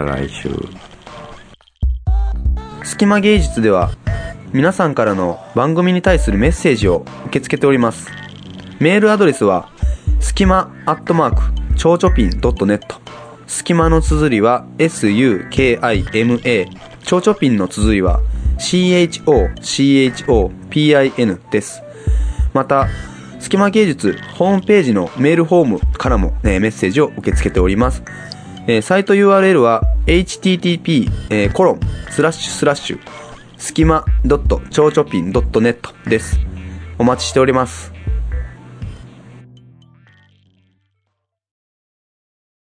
隙間芸術では皆さんからの番組に対するメッセージを受け付けております。メールアドレスはすきまちょうちょぴん .net。 すきまの綴りは SUKIMA。 ちょうちょぴんの綴りは CHOCHOPIN です。またすきま芸術ホームページのメールフォームからも、メッセージを受け付けております。サイト URL は http:// すきまちょうちょぴん .net です。お待ちしております。